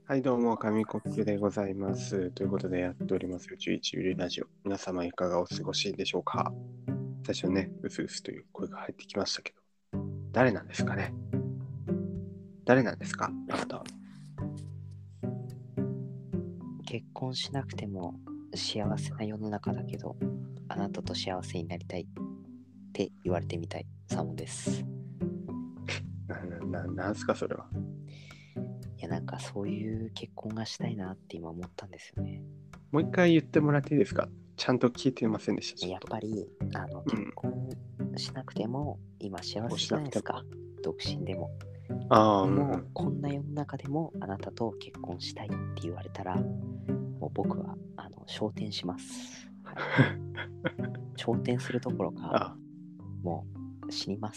はい、どうも、紙コップでございます。ということでやっております、宇宙一ゆりラジオ。皆様いかがお過ごしでしょうか？最初ね、うすうすという声が入ってきましたけど、誰なんですかね？誰なんですか、あなたは。 結婚しなくても幸せな世の中だけど、あなたと幸せになりたいって言われてみたいサモです。 なんすか、それは。 いや、なんかそういう結婚がしたいなって今思ったんですよね。 もう一回言ってもらっていいですか？ちゃんと聞いてませんでした、ちょっと。 やっぱり結婚しなくても今幸せじゃないですか。独身でも。 ああ、 でも、こんな世の中でもあなたと結婚したいって言われたら、もう僕は昇天します。はい、昇天するどころか、もう死にます。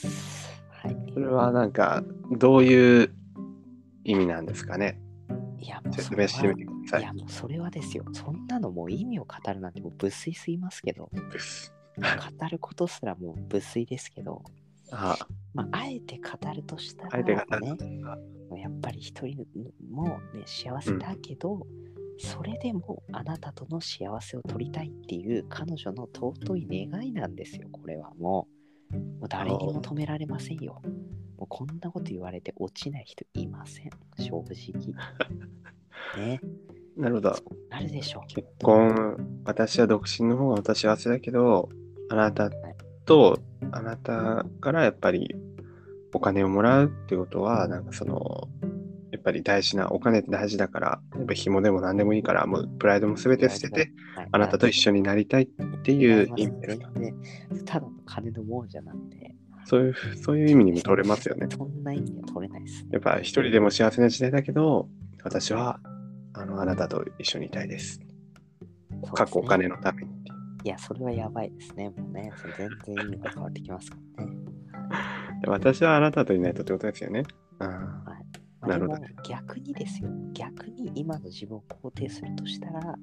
はい。 それはなんか、どういう意味なんですかね？ いや、もう説明してみてください。 いや、もうそれはですよ。そんなのもう意味を語るなんてもう無粋すぎますけど、語ることすらもう無粋ですけど、あえて語るとしたら、ね、やっぱり一人も、ね、幸せだけど、それでもあなたとの幸せを取りたいっていう彼女の尊い願いなんですよ。これはもう誰にも止められませんよ。もうこんなこと言われて落ちない人いません。正直。ね。 なるほど。 あるでしょ。 結婚、私は独身の方が私は幸せだけど、あなたと、あなたからやっぱりお金をもらうっていうことは、なんかやっぱり大事な、お金って大事だから、やっぱ紐でも何でもいいから、もうプライドも全て捨てて、あなたと一緒になりたいっていう意味ですか？ ただの金の亡者なんで。 そういう意味にも取れますよね。 そんな意味には取れないですね。 やっぱ一人でも幸せな時代だけど、私はあなたと一緒にいたいです。過去お金のために。 いや、それはやばいですね。もうね、全然意味が変わってきますからね。 私はあなたといないとってことですよね。 なるほど、ね。でも逆にですよ。逆に今の自分を肯定するとしたら、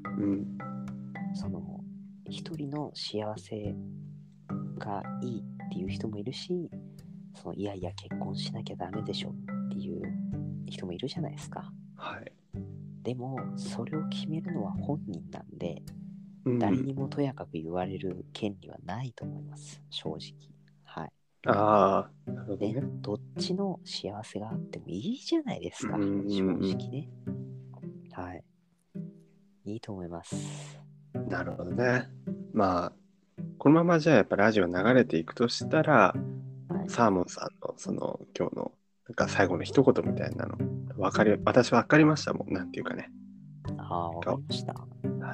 一人の幸せがいいっていう人もいるし、いやいや結婚しなきゃダメでしょっていう人もいるじゃないですか。 はい。 でもそれを決めるのは本人なんで、誰にもとやかく言われる権利はないと思います、正直。はい。 なるほどね。 どっちの幸せがあってもいいじゃないですか、正直ね。はい。いいと思います。 なるほどね。まあ、このままじゃあやっぱラジオ流れていくとしたら、サーモンさんの今日のなんか最後の一言みたいなの、私分かりましたもん、なんていうかね。 分かりました。 はい。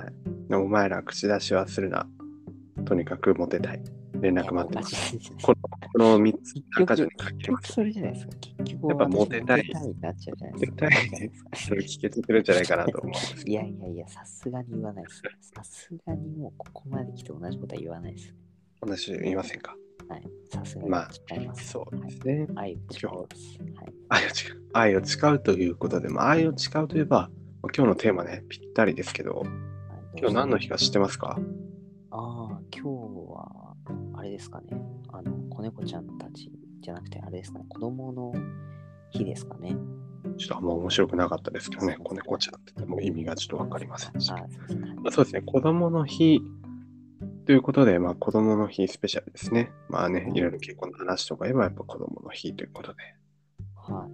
お前ら口出しはするな。とにかくモテたい。連絡待ってます。この3つ、 結局それじゃないですか。結局やっぱモテたいになっちゃうじゃないですか。 それ聞けてくるんじゃないかなと思うんですけど。 いや、さすがに言わないです。さすがにもうここまで来て同じことは言わないです。 同じ言いませんか？ はい。さすがに誓います。 そうですね。 愛を誓います。 愛を誓うということで、愛を誓うといえば、今日のテーマね、ぴったりですけど、今日何の日か知ってますか？ 今日は、あれですかね。子猫ちゃんたちじゃなくて、あれですかね。子供の日ですかね。 ちょっとあんま面白くなかったですけどね、子猫ちゃんってもう意味がちょっとわかりませんし。そうですね、子供の日ということで、子供の日スペシャルですね。いろいろ結婚の話とか言えば、やっぱ子供の日ということで。 はい。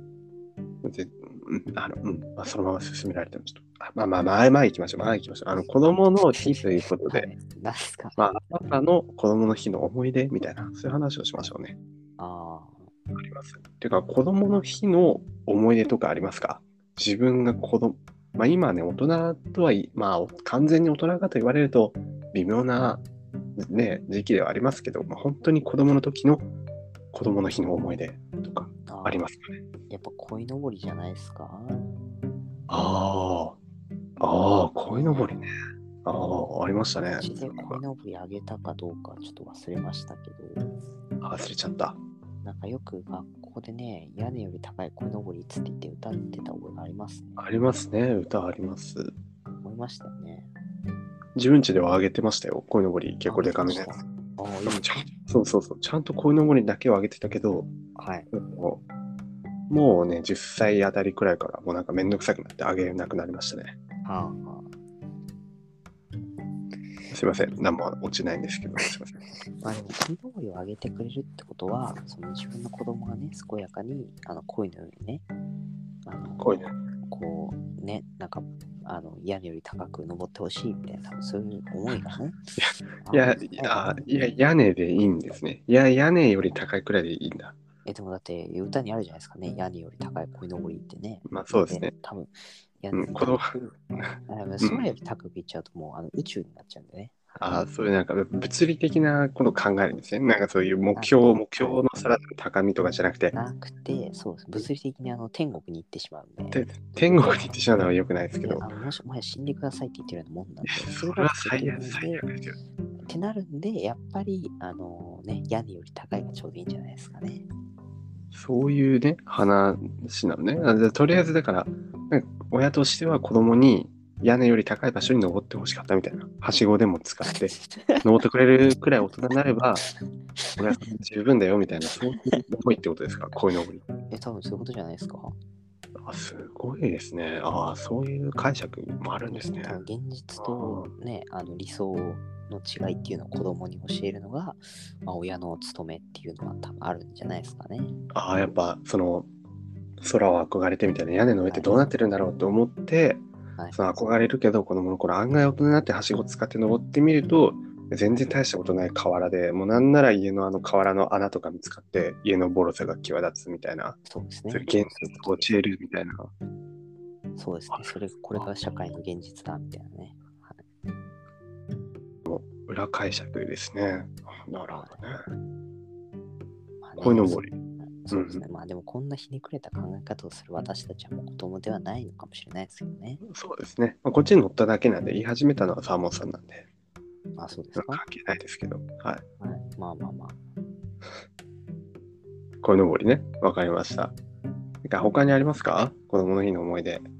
そのまま進められてもちょっと。前行きましょう。子供の日ということで、あなたの子供の日の思い出みたいな、そういう話をしましょうね。あります。っていうか、子供の日の思い出とかありますか？自分が今ね、大人とは完全に大人かと言われると、微妙な、ね、時期ではありますけど、本当に子供の時の子供の日の思い出とかありますかね？ やっぱ鯉のぼりじゃないですか？ 鯉のぼりね。ありましたね。 うちで鯉のぼりあげたかどうかちょっと忘れましたけど。 忘れちゃった。 なんかよく学校でね、屋根より高い鯉のぼりっつって言って歌ってた覚えがありますね。 ありますね、歌あります。 思いましたよね。 自分家ではあげてましたよ、鯉のぼり結構でかめのやつ。そう、ちゃんと鯉のぼりだけをあげてたけど、 もうね、10歳あたりくらいからもうなんかめんどくさくなってあげなくなりましたね。すいません、何も落ちないんですけど、すいません。 まあでも、鯉のぼりをあげてくれるってことは、その自分の子供がね、健やかに、鯉のようにね、こうね、なんか、屋根より高く登ってほしいみたいな、多分そういう思いがね。 いや、屋根でいいんですね。いや、屋根より高いくらいでいいんだ。 でもだって歌にあるじゃないですかね。屋根より高い鯉のぼりってね。 まあそうですね。 多分屋根より高く、空より高くいっちゃうともう宇宙になっちゃうんでね。 そういうなんか物理的なことを考えるんですね。なんかそういう目標のさらなる高みとかじゃなくて。 そうです。物理的に天国に行ってしまうんで。 天国に行ってしまうのは良くないですけど。 もや死んでくださいって言ってるようなもんなんで。 それは最悪ですよ。 ってなるんで、やっぱり屋根より高いがちょうどいいんじゃないですかね。 そういうね、話なのね。とりあえずだから、親としては子供に屋根より高い場所に登ってほしかったみたいな。はしごでも使って、登ってくれるくらい大人になれば、俺は十分だよみたいな、そういう思いってことですか、鯉のぼり。 多分そういうことじゃないですか。 すごいですね。そういう解釈もあるんですね。 多分現実とね、理想の違いっていうのを子供に教えるのが、親の務めっていうのは多分あるんじゃないですかね。 やっぱその空を憧れてみたいな、屋根の上ってどうなってるんだろうと思って、その憧れるけど子供の頃案外大人になってはしご使って登ってみると全然大したことない河原で、もうなんなら家の河原の穴とか見つかって家のボロさが際立つみたいな、 そうですね。 そういう現実を教えるみたいな。 そうですね。これが社会の現実だみたいなね。 裏解釈ですね。なるほどね。鯉のぼり。 そうですね。でもこんなひねくれた考え方をする私たちはもう子供ではないのかもしれないですけどね。 そうですね。こっちに乗っただけなんで、言い始めたのはサーモンさんなんで。 そうですか。 関係ないですけど。はい。 まあ。 鯉のぼりね。わかりました。他にありますか？子供の日の思い出。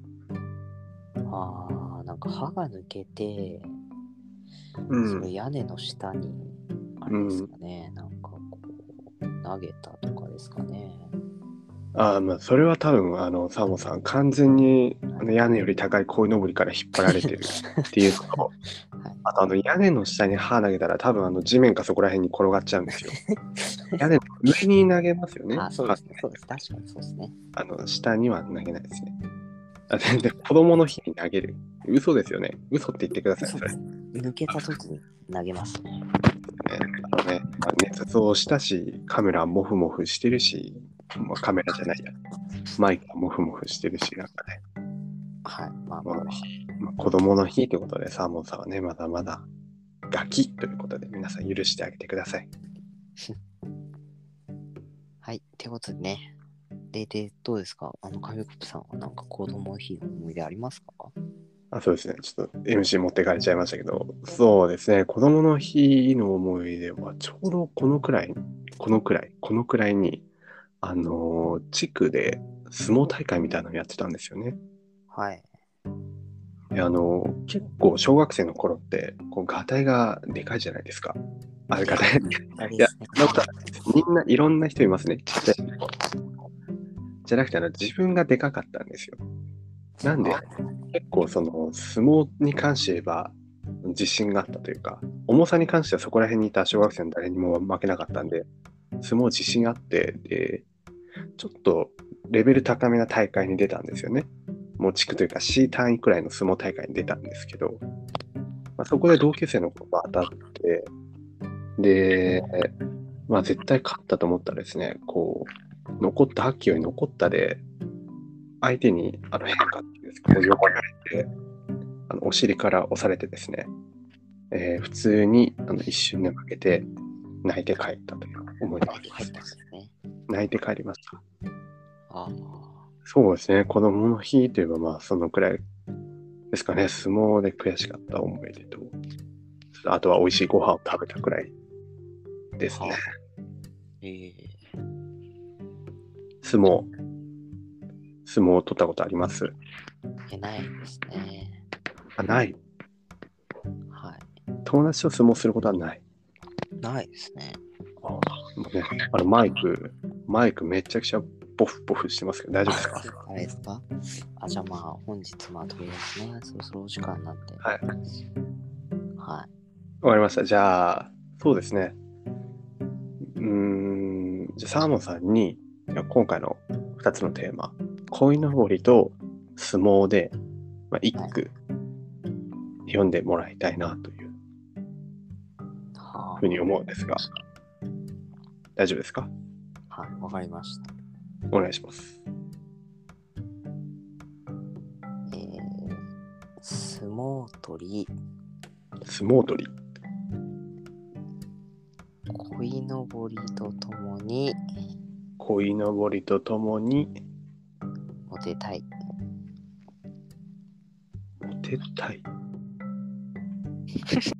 なんか歯が抜けて、それ屋根の下にあれですかね、なんかこう投げたとかですかね。 それは多分サーモンさん完全に屋根より高い鯉のぼりから引っ張られてるっていうのと、あと屋根の下に歯投げたら多分地面かそこら辺に転がっちゃうんですよ。屋根の上に投げますよね。 そうですね。そうです。確かにそうですね。 下には投げないですね。で子供の日に投げる。嘘ですよね。嘘って言ってください。それ抜けた時に投げますね。 熱造したし、カメラモフモフしてるし、カメラじゃないや。マイクモフモフしてるし、なんかね。 はい。 子供の日ということで、サーモンさんはね、まだまだガキということで、皆さん許してあげてください。 はい。ってことでね。で、どうですか？紙コップさんはなんか子供の日の思い出ありますか？ そうですね。ちょっと MC 持ってかれちゃいましたけど、そうですね。子供の日の思い出は、ちょうどこのくらいに、地区で相撲大会みたいなのやってたんですよね。 はい。 結構小学生の頃って、ガタイがでかいじゃないですか。ガタイ。いや、そんなことはないです。みんないろんな人いますね。ちっちゃい。じゃなくて、自分がでかかったんですよ。なんで、結構相撲に関して言えば自信があったというか、重さに関してはそこら辺にいた小学生の誰にも負けなかったんで、相撲自信あって、で、ちょっとレベル高めな大会に出たんですよね。もう地区というか C 単位くらいの相撲大会に出たんですけど、そこで同級生の子が当たって、で、絶対勝ったと思ったらですね、残った8機より残ったで、相手に変化っていうんですか、横られて、お尻から押されてですね、普通に一瞬で負けて泣いて帰ったという思い出があります。泣いて帰りました。そうですね、子供の日といえばそのくらいですかね。相撲で悔しかった思い出と、あとは美味しいご飯を食べたくらいですね。相撲を取ったことあります？ ないですね。 ない。 はい。 友達と相撲することはない。 ないですね。 マイクめちゃくちゃポフポフしてますけど、大丈夫ですか？ あれですか？じゃあまあ、本日、とりあえずね、そろそろお時間なんで。 はい。 はい。 わかりました。じゃあ、そうですね。じゃあ、サーモンさんに、今回の2つのテーマ、鯉のぼりと相撲で、一句読んでもらいたいなというふうに思うんですが、大丈夫ですか？ はい、わかりました。 お願いします。 相撲取り。 相撲取り。 鯉のぼりとともに。 鯉のぼりとともに。 モテたい。 モテたい。